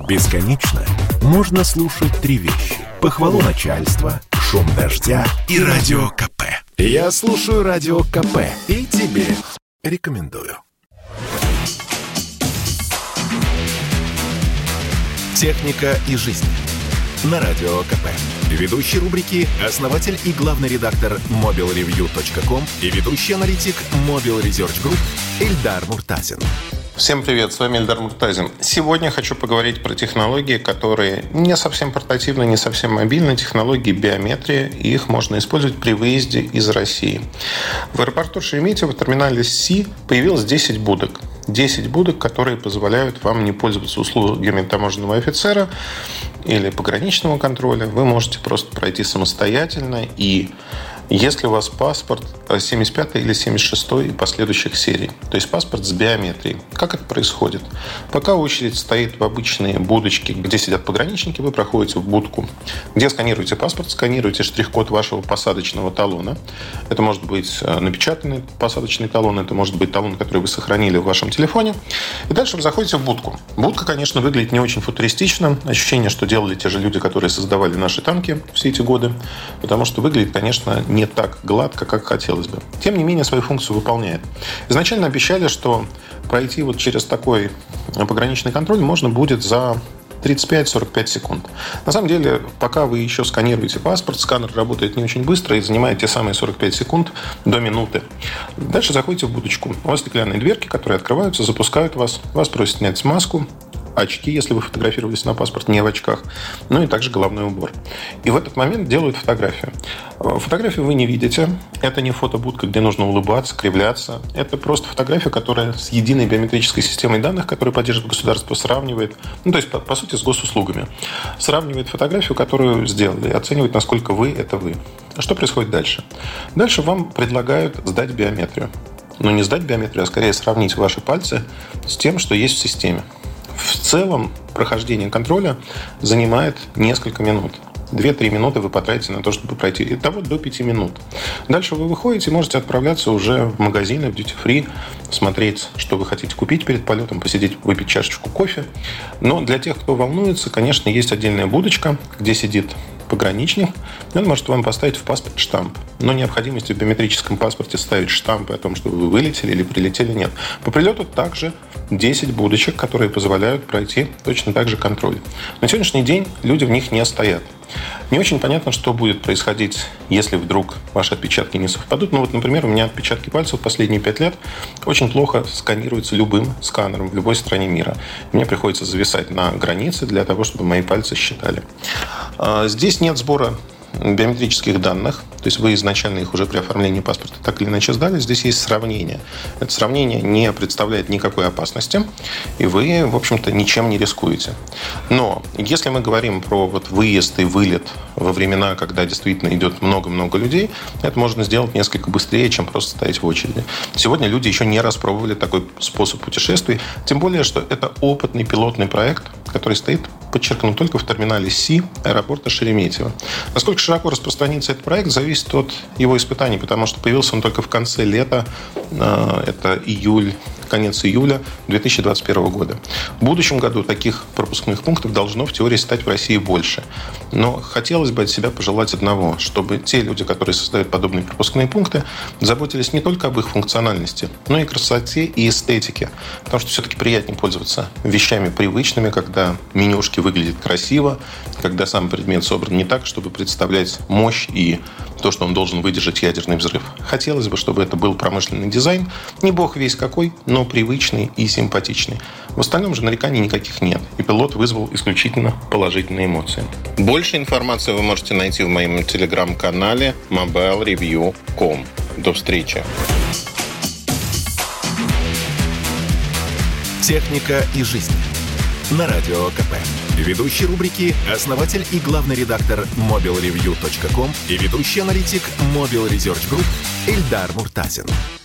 Бесконечно можно слушать три вещи: похвалу начальства, шум дождя и радио КП. Я слушаю радио КП и тебе рекомендую. Техника и жизнь на радио КП. Ведущий рубрики — основатель и главный редактор mobilreview.com и ведущий аналитик Mobile Research Group Эльдар Муртазин. Всем привет, с вами Эльдар Муртазин. Сегодня хочу поговорить про технологии, которые не совсем портативны, не совсем мобильны, технологии биометрии, и их можно использовать при выезде из России. В аэропорту Шереметьево в терминале Си появилось 10 будок. 10 будок, которые позволяют вам не пользоваться услугами таможенного офицера или пограничного контроля. Вы можете просто пройти самостоятельно, и если у вас паспорт 75 или 76 и последующих серий, то есть паспорт с биометрией. Как это происходит? Пока очередь стоит в обычные будочки, где сидят пограничники, вы проходите в будку, где сканируете паспорт, сканируете штрих-код вашего посадочного талона. Это может быть напечатанный посадочный талон, это может быть талон, который вы сохранили в вашем телефоне. И дальше вы заходите в будку. Будка, конечно, выглядит не очень футуристично. Ощущение, что делали те же люди, которые создавали наши танки все эти годы, потому что выглядит, конечно, не так гладко, как хотелось бы. Тем не менее, свою функцию выполняет. Изначально обещали, что пройти вот через такой пограничный контроль можно будет за 35-45 секунд. На самом деле, пока вы еще сканируете паспорт, сканер работает не очень быстро и занимает те самые 45 секунд до минуты. Дальше заходите в будочку. У вас стеклянные дверки, которые открываются, запускают вас. Вас просят снять маску, очки, если вы фотографировались на паспорт не в очках, ну и также головной убор. И в этот момент делают фотографию. Фотографию вы не видите. Это не фотобудка, где нужно улыбаться, кривляться. Это просто фотография, которая с единой биометрической системой данных, которую поддерживает государство, сравнивает, ну то есть по сути с госуслугами, сравнивает фотографию, которую сделали, и оценивает, насколько вы – это вы. А что происходит дальше? Дальше вам предлагают сдать биометрию. Но не сдать биометрию, а скорее сравнить ваши пальцы с тем, что есть в системе. В целом прохождение контроля занимает несколько минут. 2-3 минуты вы потратите на то, чтобы пройти. Итого до 5 минут. Дальше вы выходите и можете отправляться уже в магазины, в duty-free, смотреть, что вы хотите купить перед полетом, посидеть, выпить чашечку кофе. Но для тех, кто волнуется, конечно, есть отдельная будочка, где сидит пограничник, он может вам поставить в паспорт штамп. Но необходимости в биометрическом паспорте ставить штампы о том, что вы вылетели или прилетели, нет. По прилету также 10 будочек, которые позволяют пройти точно так же контроль. На сегодняшний день люди в них не стоят. Не очень понятно, что будет происходить, если вдруг ваши отпечатки не совпадут. Ну вот, например, у меня отпечатки пальцев последние 5 лет очень плохо сканируются любым сканером в любой стране мира. Мне приходится зависать на границе для того, чтобы мои пальцы считали. Здесь нет сбора биометрических данных, то есть вы изначально их уже при оформлении паспорта так или иначе сдали. Здесь есть сравнение. Это сравнение не представляет никакой опасности, и вы, в общем-то, ничем не рискуете. Но если мы говорим про вот выезд и вылет во времена, когда действительно идет много-много людей, это можно сделать несколько быстрее, чем просто стоять в очереди. Сегодня люди еще не распробовали такой способ путешествий, тем более, что это опытный пилотный проект, который стоит, подчеркну, только в терминале Си аэропорта Шереметьево. Насколько широко распространится этот проект, зависит от его испытаний, потому что появился он только в конце лета, это конец июля 2021 года. В будущем году таких пропускных пунктов должно в теории стать в России больше. Но хотелось бы от себя пожелать одного, чтобы те люди, которые создают подобные пропускные пункты, заботились не только об их функциональности, но и красоте и эстетике. Потому что все-таки приятнее пользоваться вещами привычными, когда менюшки выглядят красиво, когда сам предмет собран не так, чтобы представлять мощь и то, что он должен выдержать ядерный взрыв. Хотелось бы, чтобы это был промышленный дизайн, не бог весь какой, но привычный и симпатичный. В остальном же нареканий никаких нет, и пилот вызвал исключительно положительные эмоции. Больше информации вы можете найти в моем телеграм-канале mobilreview.com. До встречи! Техника и жизнь на радио КП. Ведущий рубрики — основатель и главный редактор mobilreview.com и ведущий аналитик Mobile Research Group Эльдар Муртазин.